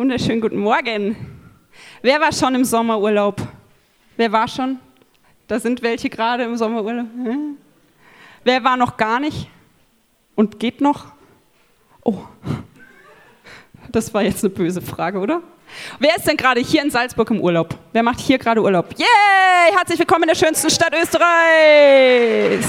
Wunderschönen guten Morgen. Wer war schon im Sommerurlaub? Wer war schon? Da sind welche gerade im Sommerurlaub. Wer war noch gar nicht? Und geht noch? Oh, das war jetzt eine böse Frage, oder? Wer ist denn gerade hier in Salzburg im Urlaub? Wer macht hier gerade Urlaub? Yay! Herzlich willkommen in der schönsten Stadt Österreichs.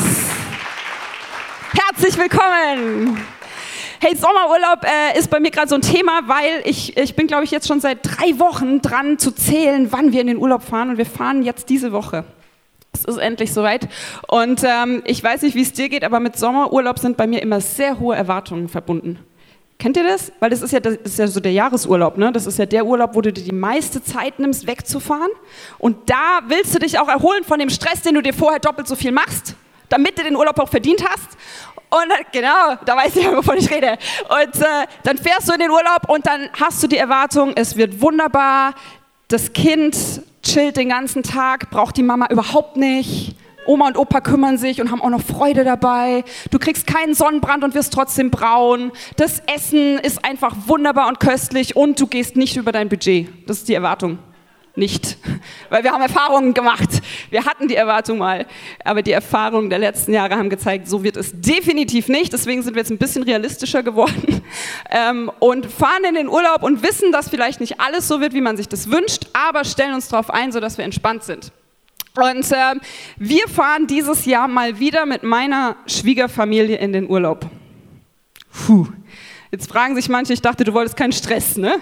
Herzlich willkommen. Hey, Sommerurlaub ist bei mir gerade so ein Thema, weil ich bin, glaube ich, jetzt schon seit 3 Wochen dran zu zählen, wann wir in den Urlaub fahren. Und wir fahren jetzt diese Woche. Es ist endlich soweit. Und ich weiß nicht, wie es dir geht, aber mit Sommerurlaub sind bei mir immer sehr hohe Erwartungen verbunden. Kennt ihr das? Weil das ist ja so der Jahresurlaub, ne? Das ist ja der Urlaub, wo du dir die meiste Zeit nimmst, wegzufahren. Und da willst du dich auch erholen von dem Stress, den du dir vorher doppelt so viel machst, damit du den Urlaub auch verdient hast. Und genau, da weiß ich ja, wovon ich rede. Und dann fährst du in den Urlaub und dann hast du die Erwartung, es wird wunderbar, das Kind chillt den ganzen Tag, braucht die Mama überhaupt nicht. Oma und Opa kümmern sich und haben auch noch Freude dabei. Du kriegst keinen Sonnenbrand und wirst trotzdem braun. Das Essen ist einfach wunderbar und köstlich und du gehst nicht über dein Budget. Das ist die Erwartung. Nicht, weil wir haben Erfahrungen gemacht. Wir hatten die Erwartung mal, aber die Erfahrungen der letzten Jahre haben gezeigt, so wird es definitiv nicht. Deswegen sind wir jetzt ein bisschen realistischer geworden und fahren in den Urlaub und wissen, dass vielleicht nicht alles so wird, wie man sich das wünscht, aber stellen uns darauf ein, sodass wir entspannt sind. Und wir fahren dieses Jahr mal wieder mit meiner Schwiegerfamilie in den Urlaub. Jetzt fragen sich manche, ich dachte, du wolltest keinen Stress, ne?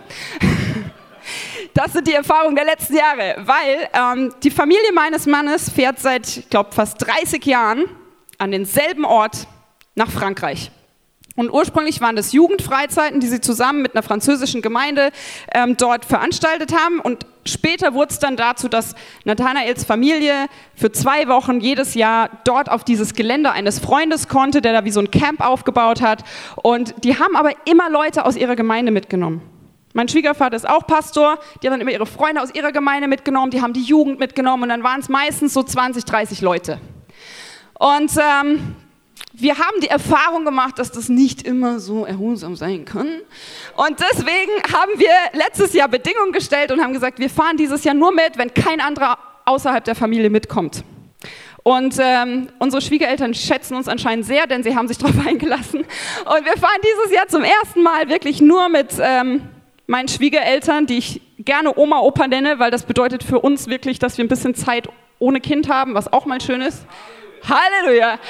Das sind die Erfahrungen der letzten Jahre, weil die Familie meines Mannes fährt seit, ich glaube, fast 30 Jahren an denselben Ort nach Frankreich. Und ursprünglich waren das Jugendfreizeiten, die sie zusammen mit einer französischen Gemeinde dort veranstaltet haben. Und später wurde es dann dazu, dass Nathanaels Familie für 2 Wochen jedes Jahr dort auf dieses Gelände eines Freundes konnte, der da wie so ein Camp aufgebaut hat. Und die haben aber immer Leute aus ihrer Gemeinde mitgenommen. Mein Schwiegervater ist auch Pastor, die haben dann immer ihre Freunde aus ihrer Gemeinde mitgenommen, die haben die Jugend mitgenommen und dann waren es meistens so 20, 30 Leute. Und wir haben die Erfahrung gemacht, dass das nicht immer so erholsam sein kann. Und deswegen haben wir letztes Jahr Bedingungen gestellt und haben gesagt, wir fahren dieses Jahr nur mit, wenn kein anderer außerhalb der Familie mitkommt. Und unsere Schwiegereltern schätzen uns anscheinend sehr, denn sie haben sich darauf eingelassen. Und wir fahren dieses Jahr zum ersten Mal wirklich nur mit meinen Schwiegereltern, die ich gerne Oma, Opa nenne, weil das bedeutet für uns wirklich, dass wir ein bisschen Zeit ohne Kind haben, was auch mal schön ist. Halleluja!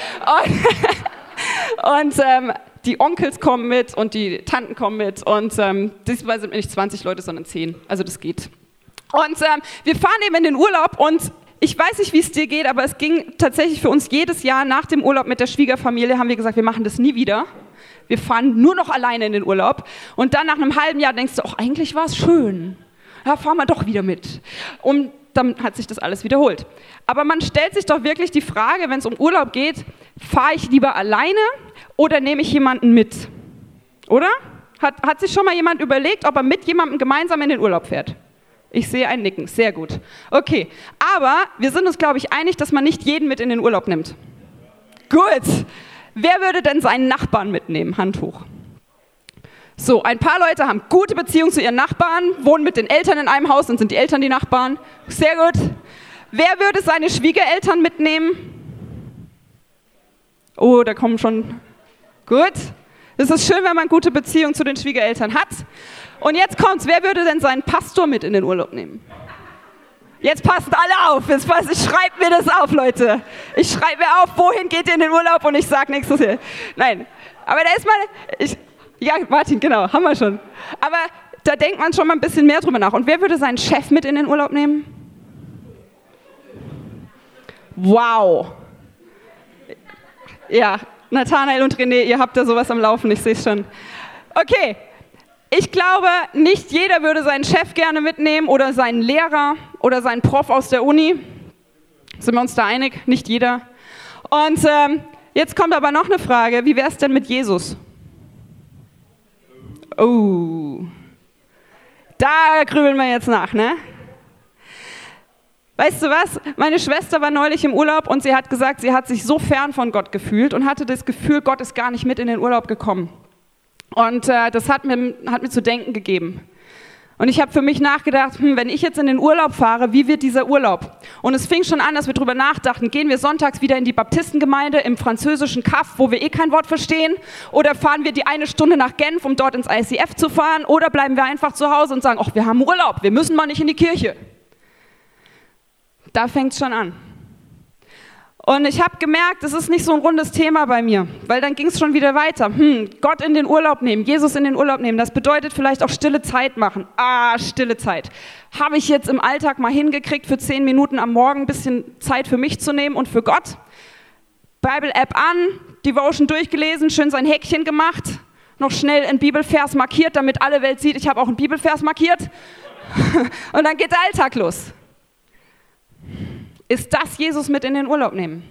Und die Onkels kommen mit und die Tanten kommen mit und diesmal sind wir nicht 20 Leute, sondern 10. Also das geht. Und wir fahren eben in den Urlaub und ich weiß nicht, wie es dir geht, aber es ging tatsächlich für uns jedes Jahr nach dem Urlaub mit der Schwiegerfamilie, haben wir gesagt, wir machen das nie wieder. Wir fahren nur noch alleine in den Urlaub und dann nach einem halben Jahr denkst du, eigentlich war es schön. Ja, fahren wir doch wieder mit. Und dann hat sich das alles wiederholt. Aber man stellt sich doch wirklich die Frage, wenn es um Urlaub geht, fahre ich lieber alleine oder nehme ich jemanden mit? Oder? Hat sich schon mal jemand überlegt, ob er mit jemandem gemeinsam in den Urlaub fährt? Ich sehe ein Nicken, sehr gut. Okay, aber wir sind uns, glaube ich, einig, dass man nicht jeden mit in den Urlaub nimmt. Gut. Wer würde denn seinen Nachbarn mitnehmen? Hand hoch. So, ein paar Leute haben gute Beziehungen zu ihren Nachbarn, wohnen mit den Eltern in einem Haus und sind die Eltern die Nachbarn. Sehr gut. Wer würde seine Schwiegereltern mitnehmen? Oh, da kommen schon. Gut. Es ist schön, wenn man gute Beziehungen zu den Schwiegereltern hat. Und jetzt kommt's. Wer würde denn seinen Pastor mit in den Urlaub nehmen? Jetzt passt alle auf. Ich schreibe mir das auf, Leute. Ich schreibe mir auf, wohin geht ihr in den Urlaub und ich sage nichts. Nein, aber da ist mal... Ja, Martin, genau, haben wir schon. Aber da denkt man schon mal ein bisschen mehr drüber nach. Und wer würde seinen Chef mit in den Urlaub nehmen? Wow. Ja, Nathanael und René, ihr habt da sowas am Laufen, ich sehe es schon. Okay, ich glaube, nicht jeder würde seinen Chef gerne mitnehmen oder seinen Lehrer oder seinen Prof aus der Uni. Sind wir uns da einig? Nicht jeder. Und jetzt kommt aber noch eine Frage, wie wäre es denn mit Jesus? Oh, da grübeln wir jetzt nach, ne? Weißt du was? Meine Schwester war neulich im Urlaub und sie hat gesagt, sie hat sich so fern von Gott gefühlt und hatte das Gefühl, Gott ist gar nicht mit in den Urlaub gekommen. Und das hat mir zu denken gegeben. Und ich habe für mich nachgedacht, wenn ich jetzt in den Urlaub fahre, wie wird dieser Urlaub? Und es fing schon an, dass wir darüber nachdachten, gehen wir sonntags wieder in die Baptistengemeinde im französischen Kaff, wo wir kein Wort verstehen? Oder fahren wir die 1 Stunde nach Genf, um dort ins ICF zu fahren? Oder bleiben wir einfach zu Hause und sagen, ach, wir haben Urlaub, wir müssen mal nicht in die Kirche? Da fängt es schon an. Und ich habe gemerkt, es ist nicht so ein rundes Thema bei mir, weil dann ging es schon wieder weiter. Gott in den Urlaub nehmen, Jesus in den Urlaub nehmen, das bedeutet vielleicht auch stille Zeit machen. Stille Zeit. Habe ich jetzt im Alltag mal hingekriegt, für 10 Minuten am Morgen ein bisschen Zeit für mich zu nehmen und für Gott. Bible-App an, Devotion durchgelesen, schön sein Häkchen gemacht, noch schnell einen Bibelvers markiert, damit alle Welt sieht, ich habe auch einen Bibelvers markiert. Und dann geht der Alltag los. Ist das Jesus mit in den Urlaub nehmen?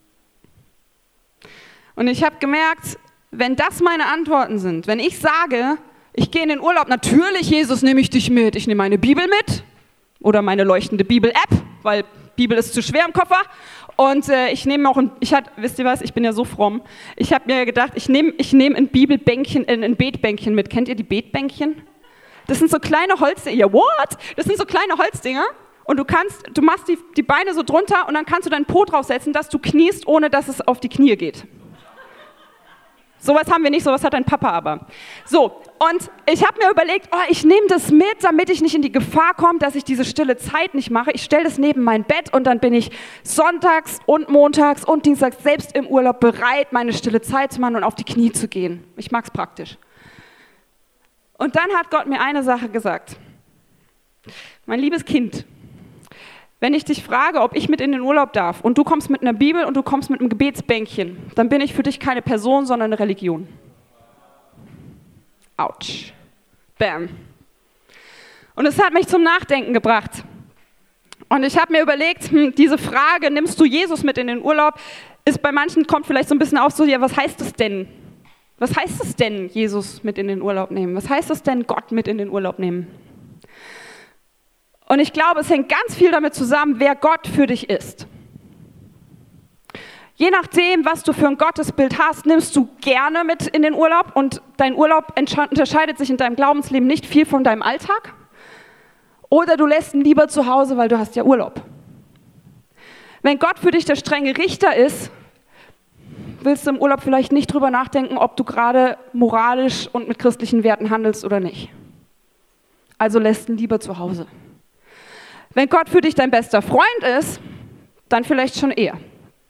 Und ich habe gemerkt, wenn das meine Antworten sind, wenn ich sage, ich gehe in den Urlaub, natürlich Jesus, nehme ich dich mit, ich nehme meine Bibel mit oder meine leuchtende Bibel-App, weil Bibel ist zu schwer im Koffer und ich nehme auch, wisst ihr was, ich bin ja so fromm, ich habe mir gedacht, ich nehme ein Bibelbänkchen, ein Betbänkchen mit. Kennt ihr die Betbänkchen? Das sind so kleine Holzdinger, Das sind so kleine Holzdinger. Und du machst die Beine so drunter und dann kannst du deinen Po draufsetzen, dass du kniest, ohne dass es auf die Knie geht. Sowas haben wir nicht, sowas hat dein Papa aber. So, und ich habe mir überlegt, ich nehme das mit, damit ich nicht in die Gefahr komme, dass ich diese stille Zeit nicht mache. Ich stelle das neben mein Bett und dann bin ich sonntags und montags und dienstags selbst im Urlaub bereit, meine stille Zeit zu machen und auf die Knie zu gehen. Ich mag es praktisch. Und dann hat Gott mir eine Sache gesagt. Mein liebes Kind, wenn ich dich frage, ob ich mit in den Urlaub darf und du kommst mit einer Bibel und du kommst mit einem Gebetsbänkchen, dann bin ich für dich keine Person, sondern eine Religion. Autsch. Bam. Und es hat mich zum Nachdenken gebracht. Und ich habe mir überlegt, diese Frage, nimmst du Jesus mit in den Urlaub, ist bei manchen, kommt vielleicht so ein bisschen auf, so, ja, was heißt es denn? Was heißt es denn, Jesus mit in den Urlaub nehmen? Was heißt es denn, Gott mit in den Urlaub nehmen? Und ich glaube, es hängt ganz viel damit zusammen, wer Gott für dich ist. Je nachdem, was du für ein Gottesbild hast, nimmst du gerne mit in den Urlaub und dein Urlaub unterscheidet sich in deinem Glaubensleben nicht viel von deinem Alltag. Oder du lässt ihn lieber zu Hause, weil du hast ja Urlaub. Wenn Gott für dich der strenge Richter ist, willst du im Urlaub vielleicht nicht drüber nachdenken, ob du gerade moralisch und mit christlichen Werten handelst oder nicht. Also lässt ihn lieber zu Hause. Wenn Gott für dich dein bester Freund ist, dann vielleicht schon eher.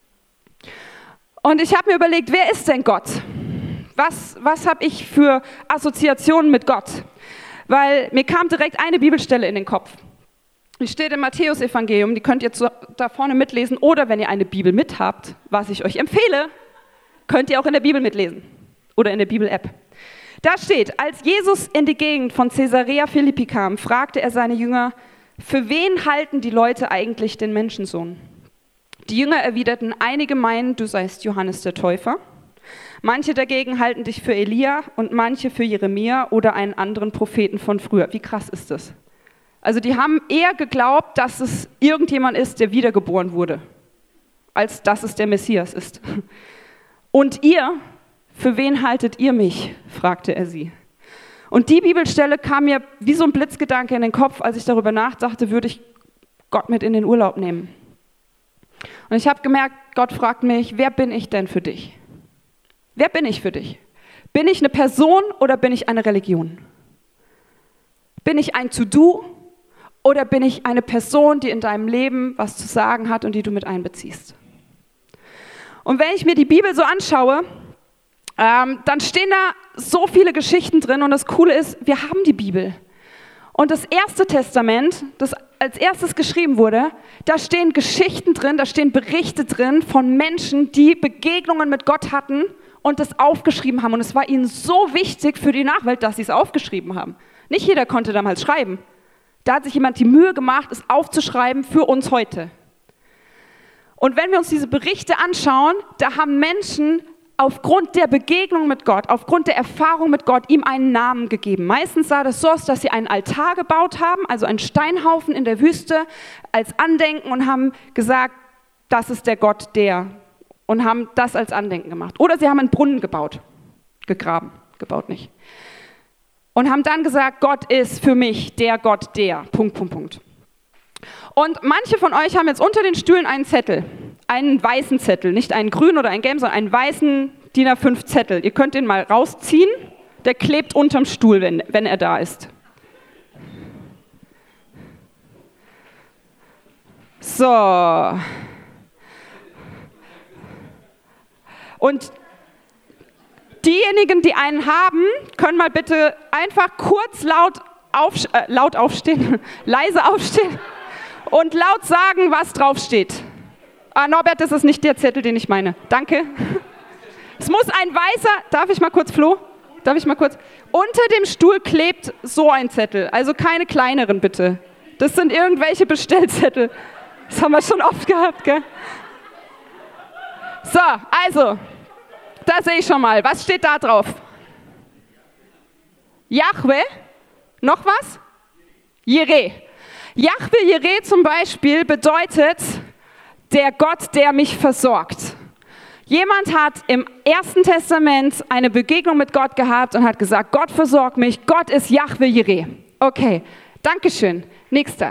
Und ich habe mir überlegt, wer ist denn Gott? Was habe ich für Assoziationen mit Gott? Weil mir kam direkt eine Bibelstelle in den Kopf. Die steht im Matthäus-Evangelium, die könnt ihr da vorne mitlesen. Oder wenn ihr eine Bibel mit habt, was ich euch empfehle, könnt ihr auch in der Bibel mitlesen. Oder in der Bibel-App. Da steht, als Jesus in die Gegend von Caesarea Philippi kam, fragte er seine Jünger, für wen halten die Leute eigentlich den Menschensohn? Die Jünger erwiderten, einige meinen, du seist Johannes der Täufer. Manche dagegen halten dich für Elia und manche für Jeremia oder einen anderen Propheten von früher. Wie krass ist das? Also die haben eher geglaubt, dass es irgendjemand ist, der wiedergeboren wurde, als dass es der Messias ist. Und ihr, für wen haltet ihr mich? Fragte er sie. Und die Bibelstelle kam mir wie so ein Blitzgedanke in den Kopf, als ich darüber nachdachte, würde ich Gott mit in den Urlaub nehmen. Und ich habe gemerkt, Gott fragt mich, wer bin ich denn für dich? Wer bin ich für dich? Bin ich eine Person oder bin ich eine Religion? Bin ich ein To-Do oder bin ich eine Person, die in deinem Leben was zu sagen hat und die du mit einbeziehst? Und wenn ich mir die Bibel so anschaue, dann stehen da so viele Geschichten drin und das Coole ist, wir haben die Bibel. Und das erste Testament, das als erstes geschrieben wurde, da stehen Geschichten drin, da stehen Berichte drin von Menschen, die Begegnungen mit Gott hatten und das aufgeschrieben haben. Und es war ihnen so wichtig für die Nachwelt, dass sie es aufgeschrieben haben. Nicht jeder konnte damals schreiben. Da hat sich jemand die Mühe gemacht, es aufzuschreiben für uns heute. Und wenn wir uns diese Berichte anschauen, da haben Menschen aufgrund der Begegnung mit Gott, aufgrund der Erfahrung mit Gott, ihm einen Namen gegeben. Meistens sah das so aus, dass sie einen Altar gebaut haben, also einen Steinhaufen in der Wüste als Andenken und haben gesagt, das ist der Gott der, und haben das als Andenken gemacht. Oder sie haben einen Brunnen gebaut, gegraben, gebaut nicht. Und haben dann gesagt, Gott ist für mich der Gott, der, .. Und manche von euch haben jetzt unter den Stühlen einen Zettel, einen weißen Zettel, nicht einen grünen oder einen gelben, sondern einen weißen DIN A5 Zettel. Ihr könnt den mal rausziehen, der klebt unterm Stuhl, wenn er da ist. So. Und diejenigen, die einen haben, können mal bitte einfach kurz laut aufstehen, leise aufstehen und laut sagen, was draufsteht. Norbert, das ist nicht der Zettel, den ich meine. Danke. Es muss ein weißer, darf ich mal kurz, Flo? Unter dem Stuhl klebt so ein Zettel, also keine kleineren bitte. Das sind irgendwelche Bestellzettel. Das haben wir schon oft gehabt, gell? So, also, da sehe ich schon mal. Was steht da drauf? Jahwe. Noch was? Jireh. Jahwe Jireh zum Beispiel bedeutet der Gott, der mich versorgt. Jemand hat im Ersten Testament eine Begegnung mit Gott gehabt und hat gesagt, Gott versorgt mich, Gott ist Jahwe Jireh. Okay, Dankeschön. Nächster.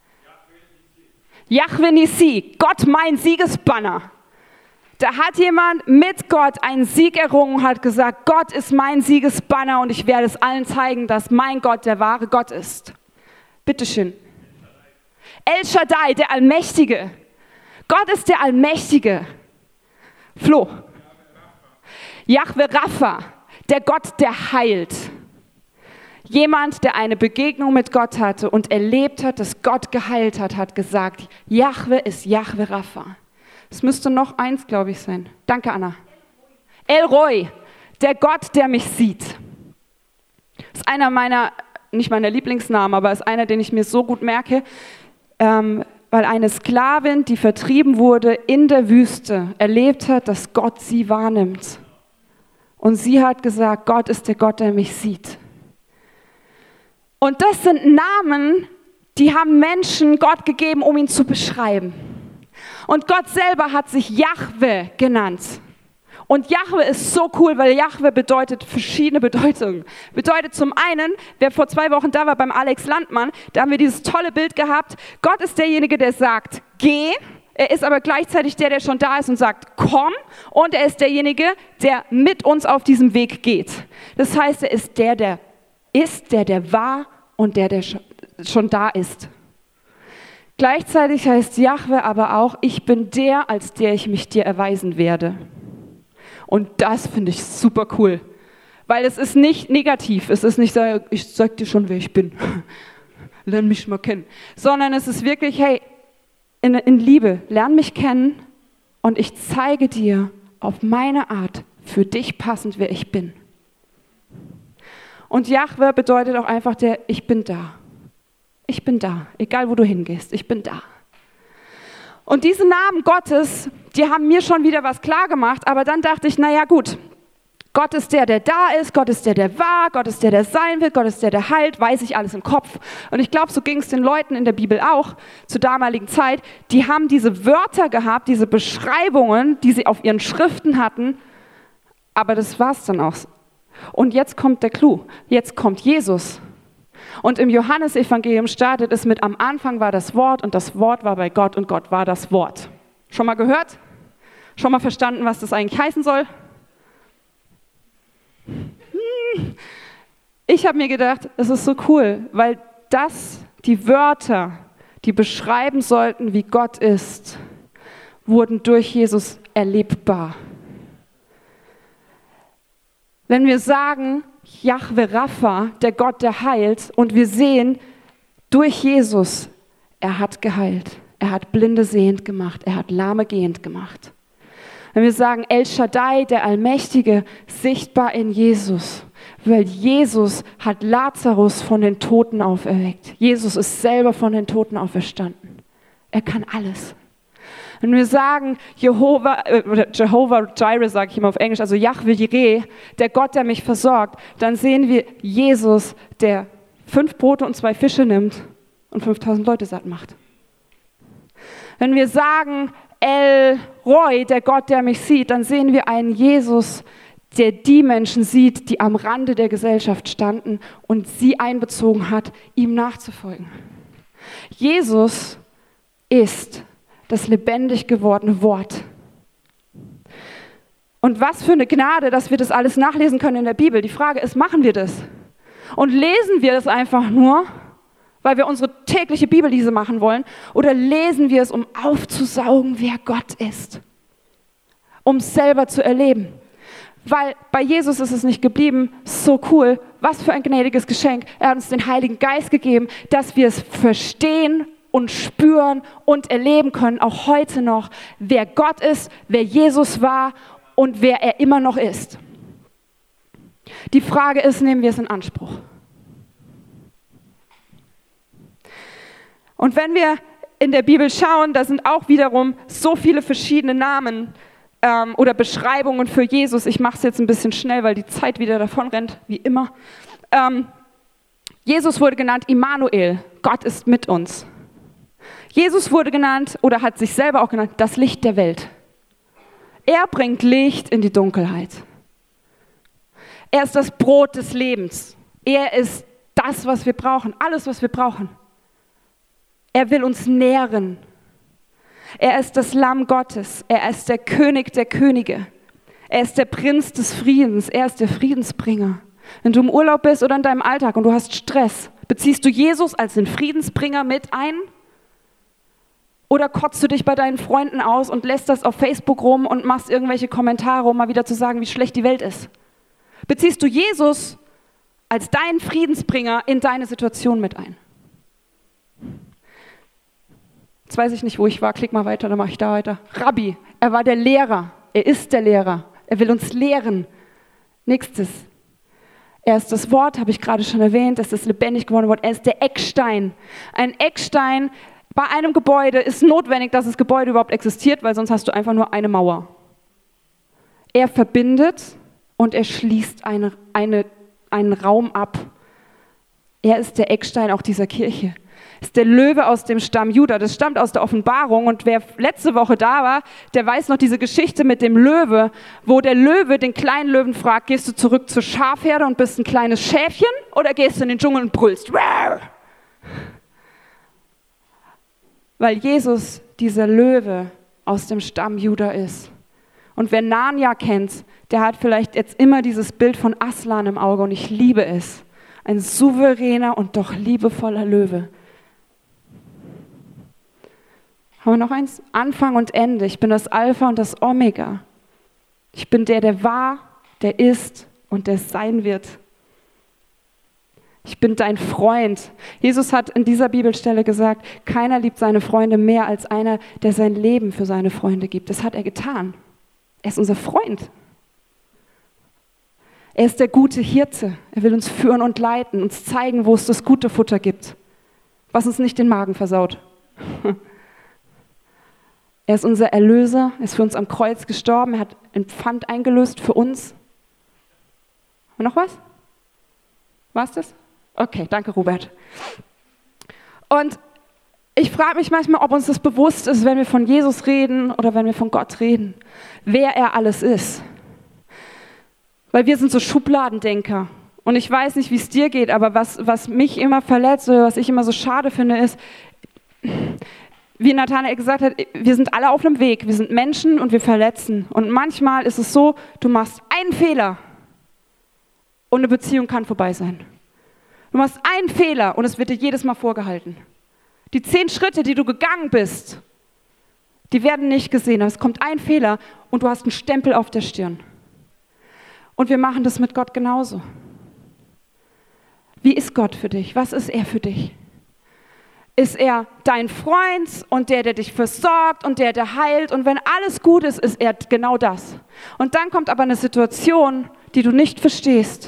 Jahwe Nissi, Gott mein Siegesbanner. Da hat jemand mit Gott einen Sieg errungen und hat gesagt, Gott ist mein Siegesbanner und ich werde es allen zeigen, dass mein Gott der wahre Gott ist. Bitteschön. El Shaddai, der Allmächtige. Gott ist der Allmächtige. Flo. Jahwe Rapha, der Gott, der heilt. Jemand, der eine Begegnung mit Gott hatte und erlebt hat, dass Gott geheilt hat, hat gesagt, Jahwe ist Jahwe Rapha. Es müsste noch eins, glaube ich, sein. Danke, Anna. El Roi, der Gott, der mich sieht. Das ist einer meiner, nicht meiner Lieblingsnamen, aber ist einer, den ich mir so gut merke, weil eine Sklavin, die vertrieben wurde in der Wüste, erlebt hat, dass Gott sie wahrnimmt. Und sie hat gesagt, Gott ist der Gott, der mich sieht. Und das sind Namen, die haben Menschen Gott gegeben, um ihn zu beschreiben. Und Gott selber hat sich Jahwe genannt. Und Jahwe ist so cool, weil Jahwe bedeutet verschiedene Bedeutungen. Bedeutet zum einen, wer vor 2 Wochen da war beim Alex Landmann, da haben wir dieses tolle Bild gehabt. Gott ist derjenige, der sagt, geh. Er ist aber gleichzeitig der schon da ist und sagt, komm. Und er ist derjenige, der mit uns auf diesem Weg geht. Das heißt, er ist der ist, der war und der schon da ist. Gleichzeitig heißt Jahwe aber auch, ich bin der, als der ich mich dir erweisen werde. Und das finde ich super cool, weil es ist nicht negativ, es ist nicht, ich sag dir schon, wer ich bin, lern mich mal kennen, sondern es ist wirklich, hey, in Liebe, lern mich kennen und ich zeige dir auf meine Art für dich passend, wer ich bin. Und Jahwe bedeutet auch einfach ich bin da. Ich bin da, egal wo du hingehst, ich bin da. Und diese Namen Gottes, die haben mir schon wieder was klar gemacht, aber dann dachte ich, naja gut, Gott ist der da ist, Gott ist der war, Gott ist der sein wird, Gott ist der heilt, weiß ich alles im Kopf. Und ich glaube, so ging es den Leuten in der Bibel auch zur damaligen Zeit, die haben diese Wörter gehabt, diese Beschreibungen, die sie auf ihren Schriften hatten, aber das war es dann auch. Und jetzt kommt der Clou, jetzt kommt Jesus. Und im Johannesevangelium startet es mit, am Anfang war das Wort und das Wort war bei Gott und Gott war das Wort. Schon mal gehört? Schon mal verstanden, was das eigentlich heißen soll? Ich habe mir gedacht, es ist so cool, weil die Wörter, die beschreiben sollten, wie Gott ist, wurden durch Jesus erlebbar. Wenn wir sagen, Jahwe Rapha, der Gott, der heilt, und wir sehen durch Jesus, er hat geheilt, er hat Blinde sehend gemacht, er hat Lahme gehend gemacht. Wenn wir sagen, El Shaddai, der Allmächtige, sichtbar in Jesus, weil Jesus hat Lazarus von den Toten auferweckt. Jesus ist selber von den Toten auferstanden. Er kann alles. Wenn wir sagen, Jehovah Jireh, sage ich immer auf Englisch, also Jahwe Jireh, der Gott, der mich versorgt, dann sehen wir Jesus, der 5 Brote und 2 Fische nimmt und 5000 Leute satt macht. Wenn wir sagen, El Roi, der Gott, der mich sieht, dann sehen wir einen Jesus, der die Menschen sieht, die am Rande der Gesellschaft standen und sie einbezogen hat, ihm nachzufolgen. Jesus ist das lebendig gewordene Wort. Und was für eine Gnade, dass wir das alles nachlesen können in der Bibel. Die Frage ist, machen wir das? Und lesen wir das einfach nur, weil wir unsere tägliche Bibellese machen wollen? Oder lesen wir es, um aufzusaugen, wer Gott ist? Um es selber zu erleben. Weil bei Jesus ist es nicht geblieben, so cool, was für ein gnädiges Geschenk. Er hat uns den Heiligen Geist gegeben, dass wir es verstehen und spüren und erleben können, auch heute noch, wer Gott ist, wer Jesus war und wer er immer noch ist. Die Frage ist, nehmen wir es in Anspruch? Und wenn wir in der Bibel schauen, da sind auch wiederum so viele verschiedene Namen oder Beschreibungen für Jesus. Ich mache es jetzt ein bisschen schnell, weil die Zeit wieder davon rennt, wie immer. Jesus wurde genannt Immanuel, Gott ist mit uns. Jesus wurde genannt oder hat sich selber auch genannt, das Licht der Welt. Er bringt Licht in die Dunkelheit. Er ist das Brot des Lebens. Er ist das, was wir brauchen, alles, was wir brauchen. Er will uns nähren. Er ist das Lamm Gottes. Er ist der König der Könige. Er ist der Prinz des Friedens. Er ist der Friedensbringer. Wenn du im Urlaub bist oder in deinem Alltag und du hast Stress, beziehst du Jesus als den Friedensbringer mit ein? Oder kotzt du dich bei deinen Freunden aus und lässt das auf Facebook rum und machst irgendwelche Kommentare, um mal wieder zu sagen, wie schlecht die Welt ist? Beziehst du Jesus als deinen Friedensbringer in deine Situation mit ein? Jetzt weiß ich nicht, wo ich war. Klick mal weiter, dann mache ich da weiter. Rabbi, er war der Lehrer. Er ist der Lehrer. Er will uns lehren. Nächstes. Er ist das Wort, habe ich gerade schon erwähnt. Das ist das lebendig gewordene Wort. Er ist der Eckstein. Ein Eckstein bei einem Gebäude ist notwendig, dass das Gebäude überhaupt existiert, weil sonst hast du einfach nur eine Mauer. Er verbindet und er schließt einen Raum ab. Er ist der Eckstein auch dieser Kirche. Ist der Löwe aus dem Stamm Juda. Das stammt aus der Offenbarung. Und wer letzte Woche da war, der weiß noch diese Geschichte mit dem Löwe, wo der Löwe den kleinen Löwen fragt, gehst du zurück zur Schafherde und bist ein kleines Schäfchen oder gehst du in den Dschungel und brüllst? Weil Jesus dieser Löwe aus dem Stamm Juda ist. Und wer Narnia kennt, der hat vielleicht jetzt immer dieses Bild von Aslan im Auge und ich liebe es. Ein souveräner und doch liebevoller Löwe. Haben wir noch eins? Anfang und Ende. Ich bin das Alpha und das Omega. Ich bin der war, der ist und der sein wird. Ich bin dein Freund. Jesus hat in dieser Bibelstelle gesagt, keiner liebt seine Freunde mehr als einer, der sein Leben für seine Freunde gibt. Das hat er getan. Er ist unser Freund. Er ist der gute Hirte. Er will uns führen und leiten, uns zeigen, wo es das gute Futter gibt, was uns nicht den Magen versaut. Er ist unser Erlöser, er ist für uns am Kreuz gestorben, er hat ein Pfand eingelöst für uns. Haben wir noch was? War's das? Okay, danke Robert. Und ich frage mich manchmal, ob uns das bewusst ist, wenn wir von Jesus reden oder wenn wir von Gott reden, wer er alles ist. Weil wir sind so Schubladendenker. Und ich weiß nicht, wie es dir geht, aber was mich immer verletzt oder was ich immer so schade finde, ist, wie Nathanael gesagt hat, wir sind alle auf einem Weg. Wir sind Menschen und wir verletzen. Und manchmal ist es so, du machst einen Fehler und eine Beziehung kann vorbei sein. Du machst einen Fehler und es wird dir jedes Mal vorgehalten. Die 10 Schritte, die du gegangen bist, die werden nicht gesehen. Aber es kommt ein Fehler und du hast einen Stempel auf der Stirn. Und wir machen das mit Gott genauso. Wie ist Gott für dich? Was ist er für dich? Ist er dein Freund und der dich versorgt und der heilt? Und wenn alles gut ist, ist er genau das. Und dann kommt aber eine Situation, die du nicht verstehst,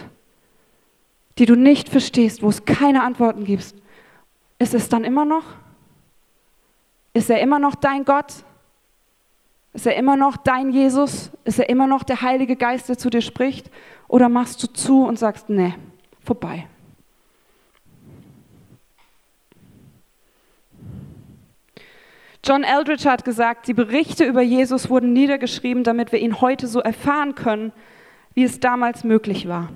wo es keine Antworten gibt. Ist es dann immer noch? Ist er immer noch dein Gott? Ist er immer noch dein Jesus? Ist er immer noch der Heilige Geist, der zu dir spricht? Oder machst du zu und sagst, nee, vorbei? John Eldridge hat gesagt, die Berichte über Jesus wurden niedergeschrieben, damit wir ihn heute so erfahren können, wie es damals möglich war.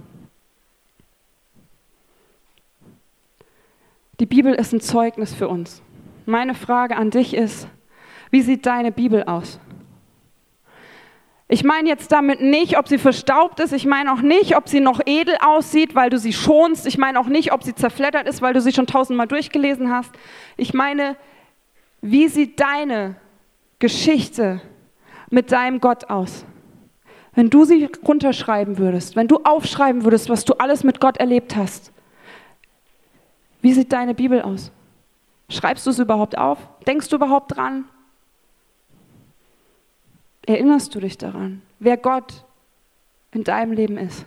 Die Bibel ist ein Zeugnis für uns. Meine Frage an dich ist, wie sieht deine Bibel aus? Ich meine jetzt damit nicht, ob sie verstaubt ist. Ich meine auch nicht, ob sie noch edel aussieht, weil du sie schonst. Ich meine auch nicht, ob sie zerfleddert ist, weil du sie schon 1000-mal durchgelesen hast. Ich meine, wie sieht deine Geschichte mit deinem Gott aus? Wenn du sie runterschreiben würdest, wenn du aufschreiben würdest, was du alles mit Gott erlebt hast, wie sieht deine Bibel aus? Schreibst du es überhaupt auf? Denkst du überhaupt dran? Erinnerst du dich daran, wer Gott in deinem Leben ist?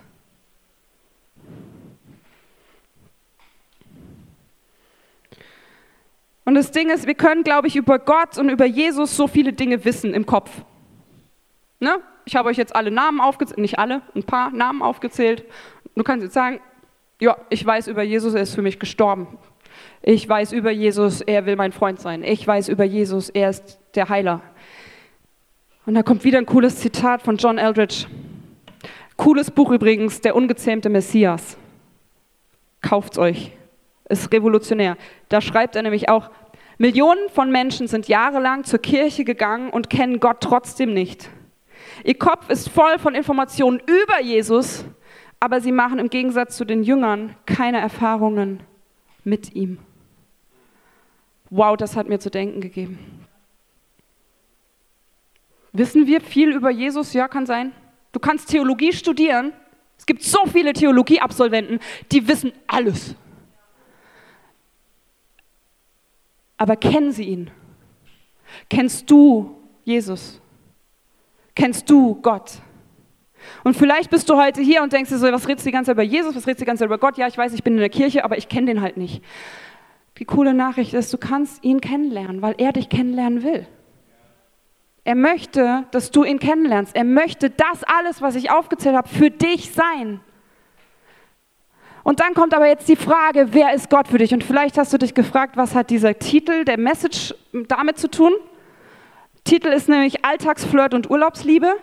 Und das Ding ist, wir können, glaube ich, über Gott und über Jesus so viele Dinge wissen im Kopf. Ne? Ich habe euch jetzt alle Namen aufgezählt, nicht alle, ein paar Namen aufgezählt. Du kannst jetzt sagen, ja, ich weiß über Jesus, er ist für mich gestorben. Ich weiß über Jesus, er will mein Freund sein. Ich weiß über Jesus, er ist der Heiler. Und da kommt wieder ein cooles Zitat von John Eldredge. Cooles Buch übrigens, Der ungezähmte Messias. Kauft's euch. Ist revolutionär. Da schreibt er nämlich auch, Millionen von Menschen sind jahrelang zur Kirche gegangen und kennen Gott trotzdem nicht. Ihr Kopf ist voll von Informationen über Jesus, aber sie machen im Gegensatz zu den Jüngern keine Erfahrungen mit ihm. Wow, das hat mir zu denken gegeben. Wissen wir viel über Jesus? Ja, kann sein. Du kannst Theologie studieren. Es gibt so viele Theologieabsolventen, die wissen alles. Aber kennen sie ihn? Kennst du Jesus? Kennst du Gott? Und vielleicht bist du heute hier und denkst dir so, was redest du die ganze Zeit über Jesus, was redest du die ganze Zeit über Gott? Ja, ich weiß, ich bin in der Kirche, aber ich kenne den halt nicht. Die coole Nachricht ist, du kannst ihn kennenlernen, weil er dich kennenlernen will. Er möchte, dass du ihn kennenlernst. Er möchte das alles, was ich aufgezählt habe, für dich sein. Und dann kommt aber jetzt die Frage, wer ist Gott für dich? Und vielleicht hast du dich gefragt, was hat dieser Titel, der Message damit zu tun? Titel ist nämlich Alltagsflirt und Urlaubsliebe.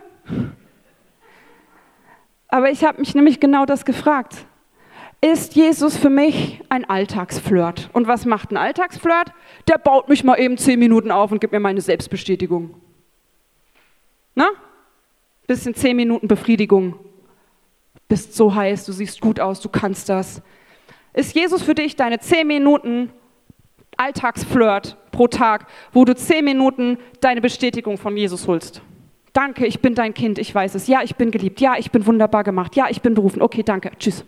Aber ich habe mich nämlich genau das gefragt. Ist Jesus für mich ein Alltagsflirt? Und was macht ein Alltagsflirt? Der baut mich mal eben 10 Minuten auf und gibt mir meine Selbstbestätigung. Na? Bisschen 10 Minuten Befriedigung. Bist so heiß, du siehst gut aus, du kannst das. Ist Jesus für dich deine 10 Minuten Alltagsflirt pro Tag, wo du 10 Minuten deine Bestätigung von Jesus holst? Danke, ich bin dein Kind, ich weiß es. Ja, ich bin geliebt. Ja, ich bin wunderbar gemacht. Ja, ich bin berufen. Okay, danke. Tschüss.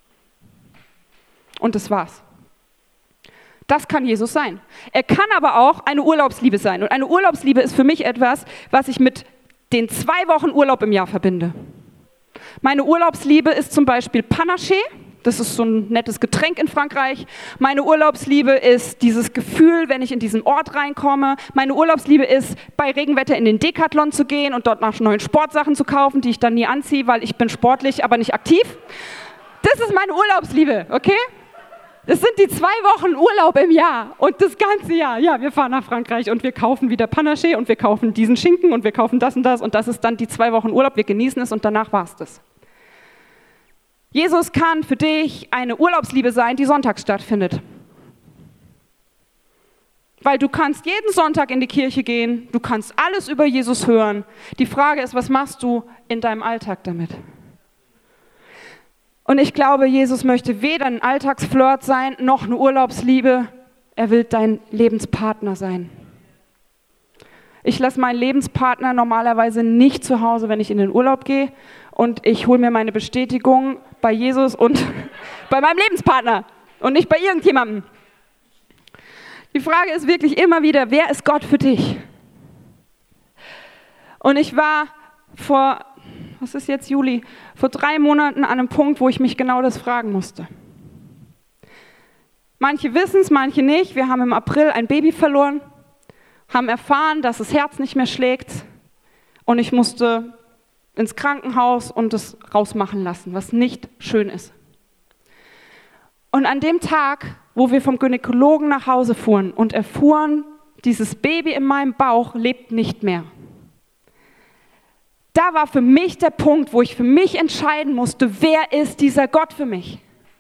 Und das war's. Das kann Jesus sein. Er kann aber auch eine Urlaubsliebe sein. Und eine Urlaubsliebe ist für mich etwas, was ich mit den 2 Wochen Urlaub im Jahr verbinde. Meine Urlaubsliebe ist zum Beispiel Panaché. Das ist so ein nettes Getränk in Frankreich. Meine Urlaubsliebe ist dieses Gefühl, wenn ich in diesen Ort reinkomme. Meine Urlaubsliebe ist, bei Regenwetter in den Decathlon zu gehen und dort nach neuen Sportsachen zu kaufen, die ich dann nie anziehe, weil ich bin sportlich, aber nicht aktiv. Das ist meine Urlaubsliebe, okay? Das sind die 2 Wochen Urlaub im Jahr und das ganze Jahr. Ja, wir fahren nach Frankreich und wir kaufen wieder Panaché und wir kaufen diesen Schinken und wir kaufen das und das ist dann die 2 Wochen Urlaub. Wir genießen es und danach war es das. Jesus kann für dich eine Urlaubsliebe sein, die sonntags stattfindet. Weil du kannst jeden Sonntag in die Kirche gehen, du kannst alles über Jesus hören. Die Frage ist, was machst du in deinem Alltag damit? Und ich glaube, Jesus möchte weder ein Alltagsflirt sein, noch eine Urlaubsliebe. Er will dein Lebenspartner sein. Ich lasse meinen Lebenspartner normalerweise nicht zu Hause, wenn ich in den Urlaub gehe. Und ich hole mir meine Bestätigung bei Jesus und bei meinem Lebenspartner und nicht bei irgendjemandem. Die Frage ist wirklich immer wieder, wer ist Gott für dich? Und ich war vor 3 Monaten an einem Punkt, wo ich mich genau das fragen musste. Manche wissen es, manche nicht. Wir haben im April ein Baby verloren, haben erfahren, dass das Herz nicht mehr schlägt und ich musste ins Krankenhaus und es rausmachen lassen, was nicht schön ist. Und an dem Tag, wo wir vom Gynäkologen nach Hause fuhren und erfuhren, dieses Baby in meinem Bauch lebt nicht mehr, Da war für mich der Punkt, wo ich für mich entscheiden musste, wer ist dieser Gott für mich?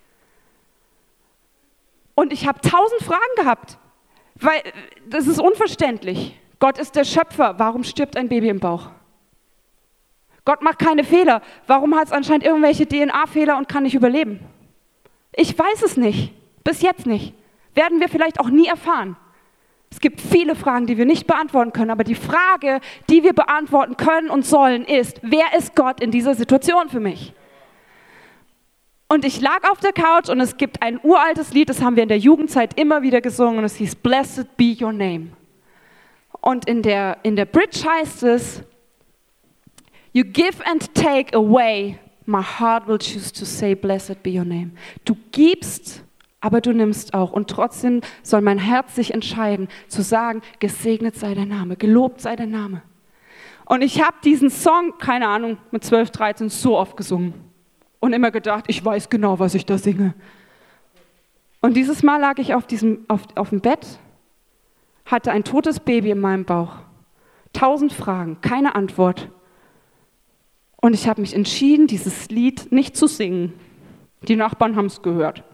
Und ich habe 1000 Fragen gehabt, weil das ist unverständlich. Gott ist der Schöpfer, warum stirbt ein Baby im Bauch? Gott macht keine Fehler, warum hat es anscheinend irgendwelche DNA-Fehler und kann nicht überleben? Ich weiß es nicht, bis jetzt nicht. Werden wir vielleicht auch nie erfahren. Es gibt viele Fragen, die wir nicht beantworten können, aber die Frage, die wir beantworten können und sollen, ist, wer ist Gott in dieser Situation für mich? Und ich lag auf der Couch und es gibt ein uraltes Lied, das haben wir in der Jugendzeit immer wieder gesungen und es hieß Blessed be your name. Und in der Bridge heißt es, You give and take away, my heart will choose to say blessed be your name. Du gibst, aber du nimmst auch. Und trotzdem soll mein Herz sich entscheiden, zu sagen, gesegnet sei dein Name, gelobt sei dein Name. Und ich habe diesen Song, keine Ahnung, mit 12, 13 so oft gesungen. Und immer gedacht, ich weiß genau, was ich da singe. Und dieses Mal lag ich auf dem Bett, hatte ein totes Baby in meinem Bauch. 1000 Fragen, keine Antwort. Und ich habe mich entschieden, dieses Lied nicht zu singen. Die Nachbarn haben es gehört.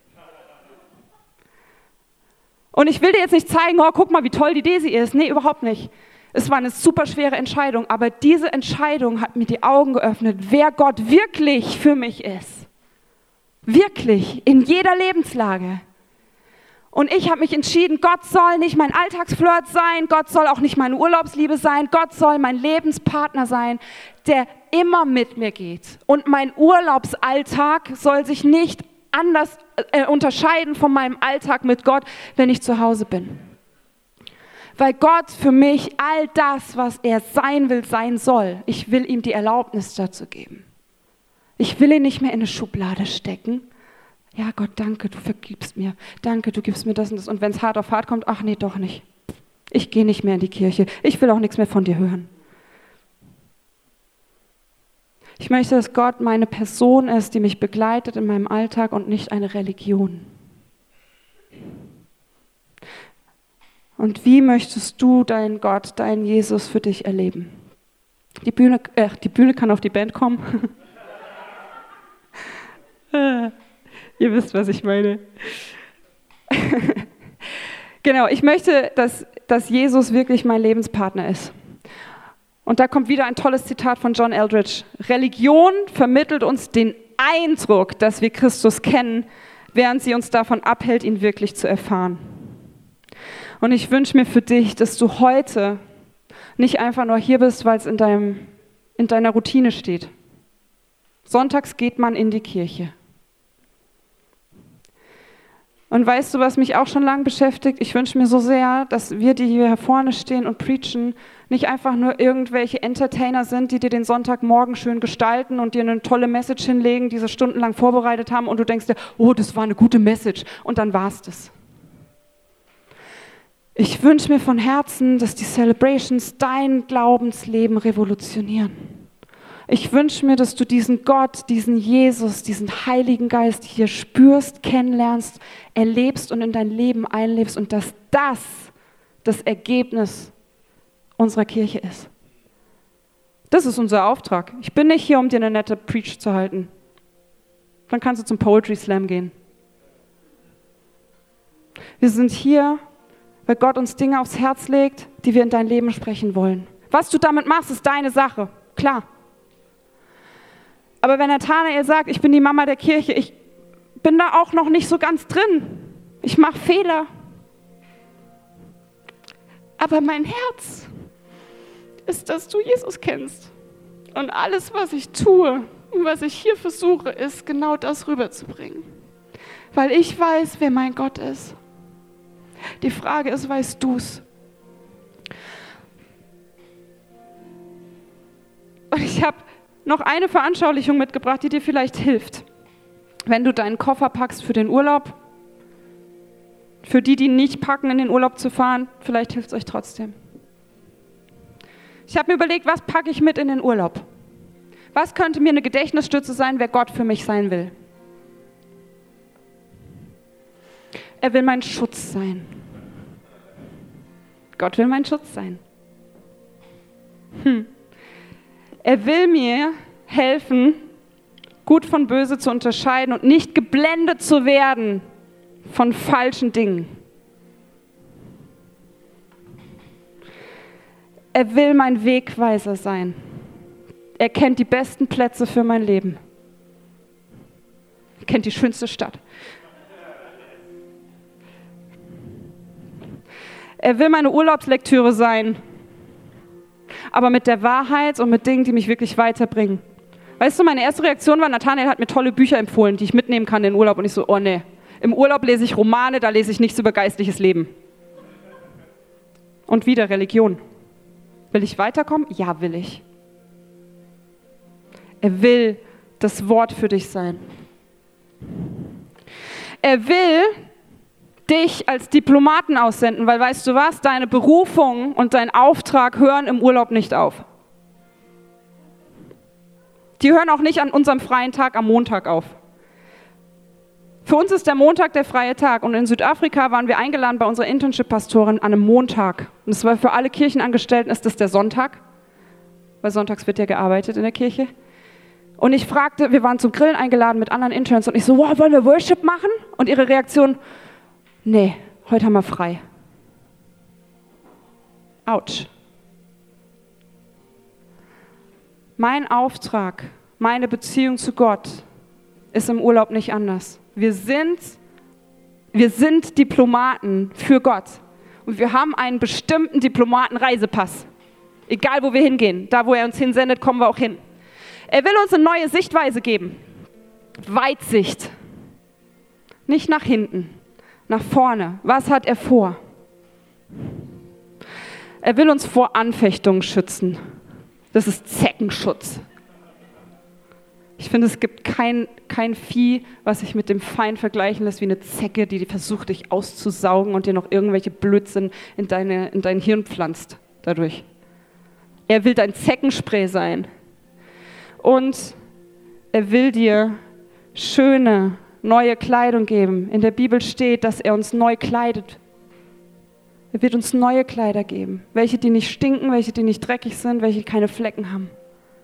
Und ich will dir jetzt nicht zeigen, oh, guck mal, wie toll die Daisy ist. Nee, überhaupt nicht. Es war eine super schwere Entscheidung, aber diese Entscheidung hat mir die Augen geöffnet, wer Gott wirklich für mich ist. Wirklich, in jeder Lebenslage. Und ich habe mich entschieden, Gott soll nicht mein Alltagsflirt sein, Gott soll auch nicht meine Urlaubsliebe sein, Gott soll mein Lebenspartner sein, der immer mit mir geht. Und mein Urlaubsalltag soll sich nicht anders unterscheiden von meinem Alltag mit Gott, wenn ich zu Hause bin. Weil Gott für mich all das, was er sein will, sein soll. Ich will ihm die Erlaubnis dazu geben. Ich will ihn nicht mehr in eine Schublade stecken. Ja, Gott, danke, du vergibst mir. Danke, du gibst mir das und das. Und wenn es hart auf hart kommt, ach nee, doch nicht. Ich gehe nicht mehr in die Kirche. Ich will auch nichts mehr von dir hören. Ich möchte, dass Gott meine Person ist, die mich begleitet in meinem Alltag und nicht eine Religion. Und wie möchtest du deinen Gott, deinen Jesus für dich erleben? Die Bühne kann auf die Band kommen. Ihr wisst, was ich meine. Genau, ich möchte, dass Jesus wirklich mein Lebenspartner ist. Und da kommt wieder ein tolles Zitat von John Eldredge. Religion vermittelt uns den Eindruck, dass wir Christus kennen, während sie uns davon abhält, ihn wirklich zu erfahren. Und ich wünsche mir für dich, dass du heute nicht einfach nur hier bist, weil es in deiner Routine steht. Sonntags geht man in die Kirche. Und weißt du, was mich auch schon lange beschäftigt? Ich wünsche mir so sehr, dass wir, die hier vorne stehen und preachen, nicht einfach nur irgendwelche Entertainer sind, die dir den Sonntagmorgen schön gestalten und dir eine tolle Message hinlegen, die sie stundenlang vorbereitet haben und du denkst dir, oh, das war eine gute Message und dann war es das. Ich wünsche mir von Herzen, dass die Celebrations dein Glaubensleben revolutionieren. Ich wünsche mir, dass du diesen Gott, diesen Jesus, diesen Heiligen Geist hier spürst, kennenlernst, erlebst und in dein Leben einlebst und dass das Ergebnis unserer Kirche ist. Das ist unser Auftrag. Ich bin nicht hier, um dir eine nette Preach zu halten. Dann kannst du zum Poetry Slam gehen. Wir sind hier, weil Gott uns Dinge aufs Herz legt, die wir in dein Leben sprechen wollen. Was du damit machst, ist deine Sache, klar. Aber wenn Nathanael sagt, ich bin die Mama der Kirche, ich bin da auch noch nicht so ganz drin. Ich mache Fehler. Aber mein Herz ist, dass du Jesus kennst. Und alles, was ich tue und was ich hier versuche, ist genau das rüberzubringen. Weil ich weiß, wer mein Gott ist. Die Frage ist, weißt du's? Und ich habe noch eine Veranschaulichung mitgebracht, die dir vielleicht hilft, wenn du deinen Koffer packst für den Urlaub. Für die nicht packen, in den Urlaub zu fahren, vielleicht hilft es euch trotzdem. Ich habe mir überlegt, was packe ich mit in den Urlaub? Was könnte mir eine Gedächtnisstütze sein, wer Gott für mich sein will? Er will mein Schutz sein. Gott will mein Schutz sein. Er will mir helfen, gut von böse zu unterscheiden und nicht geblendet zu werden von falschen Dingen. Er will mein Wegweiser sein. Er kennt die besten Plätze für mein Leben. Er kennt die schönste Stadt. Er will meine Urlaubslektüre sein, aber mit der Wahrheit und mit Dingen, die mich wirklich weiterbringen. Weißt du, meine erste Reaktion war, Nathanael hat mir tolle Bücher empfohlen, die ich mitnehmen kann in den Urlaub. Und ich so, oh nee, im Urlaub lese ich Romane, da lese ich nichts über geistliches Leben. Und wieder Religion. Will ich weiterkommen? Ja, will ich. Er will das Wort für dich sein. Er will dich als Diplomaten aussenden, weil weißt du was, deine Berufung und dein Auftrag hören im Urlaub nicht auf. Die hören auch nicht an unserem freien Tag am Montag auf. Für uns ist der Montag der freie Tag und in Südafrika waren wir eingeladen bei unserer Internship-Pastorin an einem Montag. Und es war für alle Kirchenangestellten ist das der Sonntag, weil sonntags wird ja gearbeitet in der Kirche. Und ich fragte, wir waren zum Grillen eingeladen mit anderen Interns und ich so, wow, wollen wir Worship machen? Und ihre Reaktion, nee, heute haben wir frei. Autsch. Mein Auftrag, meine Beziehung zu Gott ist im Urlaub nicht anders. Wir sind Diplomaten für Gott. Und wir haben einen bestimmten Diplomatenreisepass. Egal, wo wir hingehen. Da, wo er uns hinsendet, kommen wir auch hin. Er will uns eine neue Sichtweise geben. Weitsicht. Nicht nach hinten, nach vorne. Was hat er vor? Er will uns vor Anfechtungen schützen. Das ist Zeckenschutz. Ich finde, es gibt kein Vieh, was sich mit dem Feind vergleichen lässt wie eine Zecke, die versucht, dich auszusaugen und dir noch irgendwelche Blödsinn in dein Hirn pflanzt dadurch. Er will dein Zeckenspray sein. Und er will dir schöne, neue Kleidung geben. In der Bibel steht, dass er uns neu kleidet. Er wird uns neue Kleider geben. Welche, die nicht stinken, welche, die nicht dreckig sind, welche keine Flecken haben.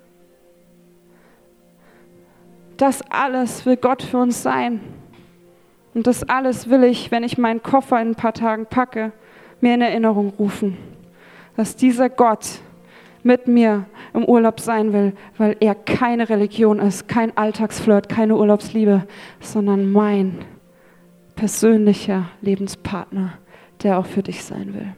Das alles will Gott für uns sein. Und das alles will ich, wenn ich meinen Koffer in ein paar Tagen packe, mir in Erinnerung rufen. Dass dieser Gott mit mir im Urlaub sein will, weil er keine Religion ist, kein Alltagsflirt, keine Urlaubsliebe, sondern mein persönlicher Lebenspartner, der auch für dich sein will.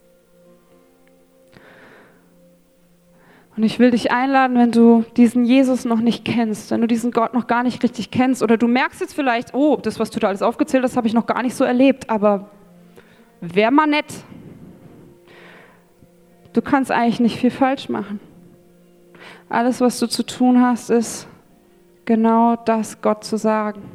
Und ich will dich einladen, wenn du diesen Jesus noch nicht kennst, wenn du diesen Gott noch gar nicht richtig kennst oder du merkst jetzt vielleicht, oh, das, was du da alles aufgezählt hast, habe ich noch gar nicht so erlebt, aber wäre mal nett. Du kannst eigentlich nicht viel falsch machen. Alles, was du zu tun hast, ist genau das Gott zu sagen.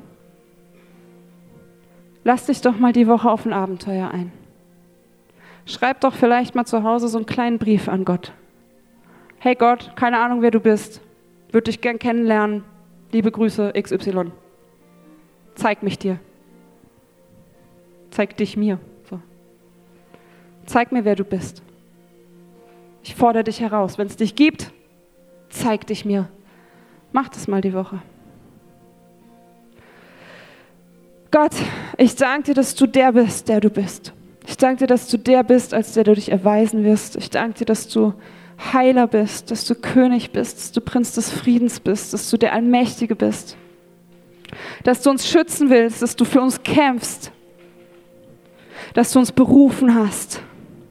Lass dich doch mal die Woche auf ein Abenteuer ein. Schreib doch vielleicht mal zu Hause so einen kleinen Brief an Gott. Hey Gott, keine Ahnung, wer du bist. Würde dich gern kennenlernen. Liebe Grüße, XY. Zeig mich dir. Zeig dich mir. So. Zeig mir, wer du bist. Ich fordere dich heraus. Wenn es dich gibt, zeig dich mir. Mach das mal die Woche. Gott, ich danke dir, dass du der bist, der du bist. Ich danke dir, dass du der bist, als der du dich erweisen wirst. Ich danke dir, dass du Heiler bist, dass du König bist, dass du Prinz des Friedens bist, dass du der Allmächtige bist, dass du uns schützen willst, dass du für uns kämpfst, dass du uns berufen hast.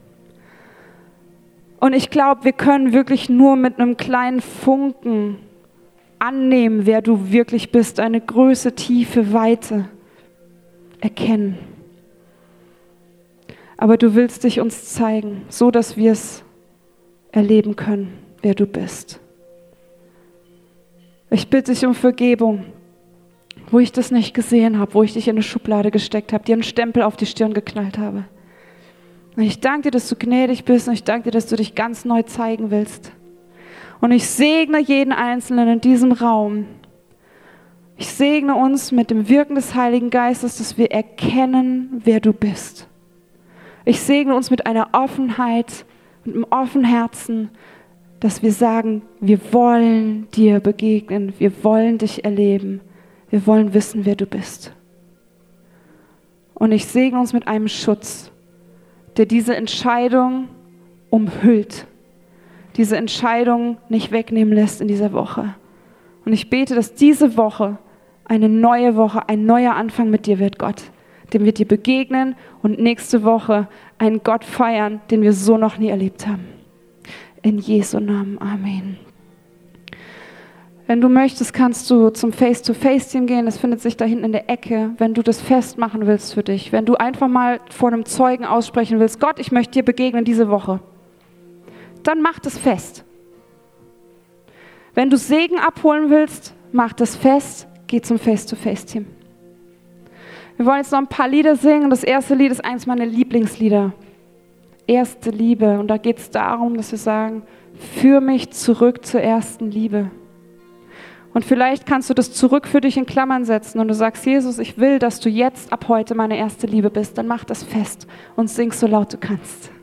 Und ich glaube, wir können wirklich nur mit einem kleinen Funken annehmen, wer du wirklich bist, eine Größe, Tiefe, Weite erkennen. Aber du willst dich uns zeigen, so dass wir es erleben können, wer du bist. Ich bitte dich um Vergebung, wo ich das nicht gesehen habe, wo ich dich in eine Schublade gesteckt habe, dir einen Stempel auf die Stirn geknallt habe. Und ich danke dir, dass du gnädig bist und ich danke dir, dass du dich ganz neu zeigen willst. Und ich segne jeden Einzelnen in diesem Raum. Ich segne uns mit dem Wirken des Heiligen Geistes, dass wir erkennen, wer du bist. Ich segne uns mit einer Offenheit, mit einem offenen Herzen, dass wir sagen, wir wollen dir begegnen, wir wollen dich erleben, wir wollen wissen, wer du bist. Und ich segne uns mit einem Schutz, der diese Entscheidung umhüllt, diese Entscheidung nicht wegnehmen lässt in dieser Woche. Und ich bete, dass diese Woche eine neue Woche, ein neuer Anfang mit dir wird, Gott, dem wir dir begegnen und nächste Woche einen Gott feiern, den wir so noch nie erlebt haben. In Jesu Namen, Amen. Wenn du möchtest, kannst du zum Face-to-Face-Team gehen. Das findet sich da hinten in der Ecke. Wenn du das festmachen willst für dich, wenn du einfach mal vor einem Zeugen aussprechen willst, Gott, ich möchte dir begegnen diese Woche, dann mach das fest. Wenn du Segen abholen willst, mach das fest, geh zum Face-to-Face-Team. Wir wollen jetzt noch ein paar Lieder singen. Das erste Lied ist eins meiner Lieblingslieder. Erste Liebe. Und da geht es darum, dass wir sagen, führ mich zurück zur ersten Liebe. Und vielleicht kannst du das zurück für dich in Klammern setzen und du sagst, Jesus, ich will, dass du jetzt ab heute meine erste Liebe bist. Dann mach das fest und sing so laut du kannst.